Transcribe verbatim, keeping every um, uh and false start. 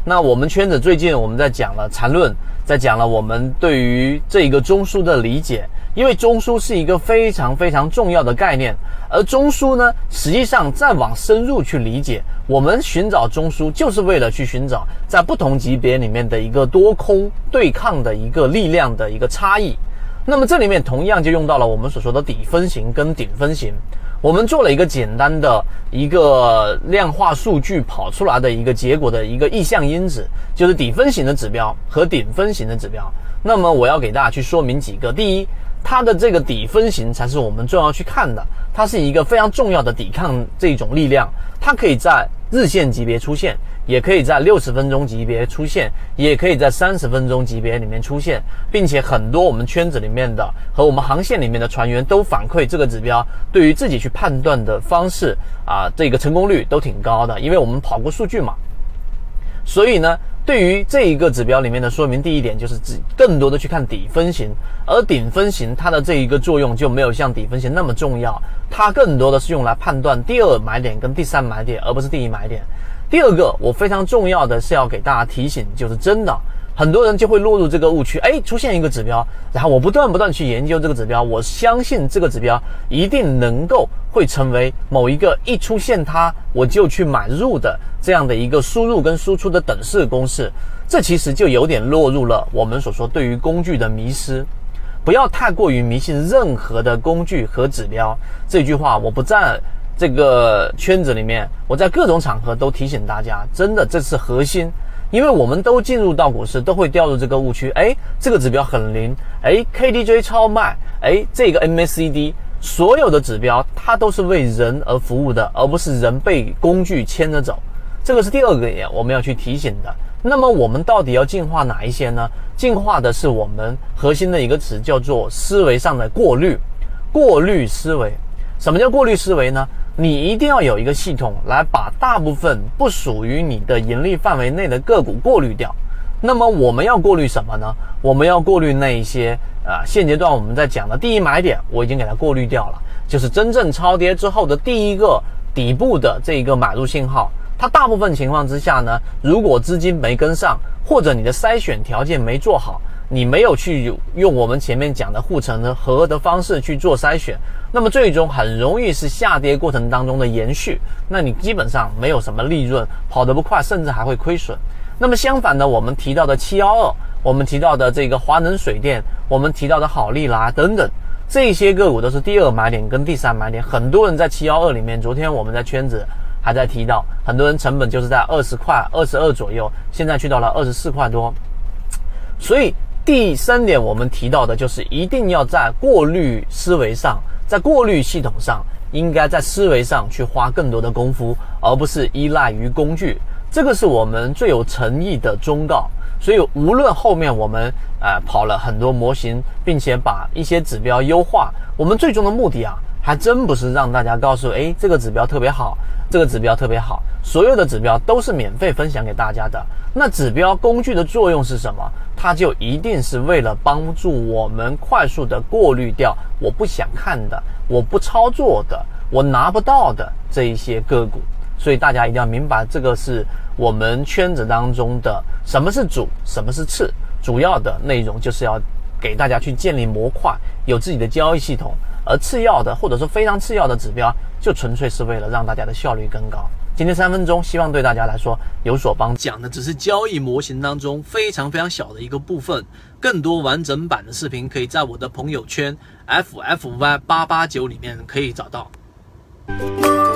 那我们圈子最近我们在讲了缠论，在讲了我们对于这个中枢的理解，因为中枢是一个非常非常重要的概念，而中枢呢，实际上再往深入去理解，我们寻找中枢就是为了去寻找在不同级别里面的一个多空对抗的一个力量的一个差异。那么这里面同样就用到了我们所说的底分型跟顶分型。我们做了一个简单的一个量化数据跑出来的一个结果的一个意向因子，就是底分型的指标和顶分型的指标。那么我要给大家去说明几个。第一，它的这个底分型才是我们重要去看的，它是一个非常重要的抵抗这种力量，它可以在日线级别出现，也可以在六十分钟级别出现，也可以在三十分钟级别里面出现，并且很多我们圈子里面的和我们航线里面的船员都反馈这个指标对于自己去判断的方式啊，这个成功率都挺高的，因为我们跑过数据嘛。所以呢，对于这一个指标里面的说明，第一点就是更多的去看底分型，而顶分型它的这一个作用就没有像底分型那么重要，它更多的是用来判断第二买点跟第三买点，而不是第一买点。第二个我非常重要的是要给大家提醒，就是真的很多人就会落入这个误区，哎，出现一个指标，然后我不断不断去研究这个指标，我相信这个指标一定能够会成为某一个一出现它我就去买入的这样的一个输入跟输出的等式公式。这其实就有点落入了我们所说对于工具的迷失。不要太过于迷信任何的工具和指标，这句话我不在这个圈子里面，我在各种场合都提醒大家，真的这是核心。因为我们都进入到股市都会掉入这个误区，哎，这个指标很灵，哎 ，K D J 超卖，哎，这个 M A C D， 所有的指标它都是为人而服务的，而不是人被工具牵着走。这个是第二个点我们要去提醒的。那么我们到底要进化哪一些呢？进化的是我们核心的一个词，叫做思维上的过滤。过滤思维，什么叫过滤思维呢？你一定要有一个系统来把大部分不属于你的盈利范围内的个股过滤掉。那么我们要过滤什么呢？我们要过滤那一些啊、呃，现阶段我们在讲的第一买点我已经给它过滤掉了，就是真正超跌之后的第一个底部的这一个买入信号。它大部分情况之下呢，如果资金没跟上，或者你的筛选条件没做好，你没有去用我们前面讲的护城河的方式去做筛选，那么最终很容易是下跌过程当中的延续，那你基本上没有什么利润，跑得不快，甚至还会亏损。那么相反的，我们提到的七一二，我们提到的这个华能水电，我们提到的好利来等等，这些个股都是第二买点跟第三买点。很多人在七一二里面，昨天我们在圈子还在提到，很多人成本就是在二十块、二十二左右，现在去到了二十四块多。所以第三点我们提到的就是一定要在过滤思维上，在过滤系统上，应该在思维上去花更多的功夫，而不是依赖于工具。这个是我们最有诚意的忠告。所以无论后面我们呃跑了很多模型，并且把一些指标优化，我们最终的目的啊，还真不是让大家告诉诶这个指标特别好，这个指标特别好，所有的指标都是免费分享给大家的。那指标工具的作用是什么？它就一定是为了帮助我们快速的过滤掉我不想看的、我不操作的、我拿不到的这一些个股。所以大家一定要明白，这个是我们圈子当中的什么是主，什么是次，主要的内容就是要给大家去建立模块，有自己的交易系统，而次要的或者说非常次要的指标，就纯粹是为了让大家的效率更高。今天三分钟，希望对大家来说有所帮助。讲的只是交易模型当中非常非常小的一个部分，更多完整版的视频可以在我的朋友圈 F F Y 八八九里面可以找到。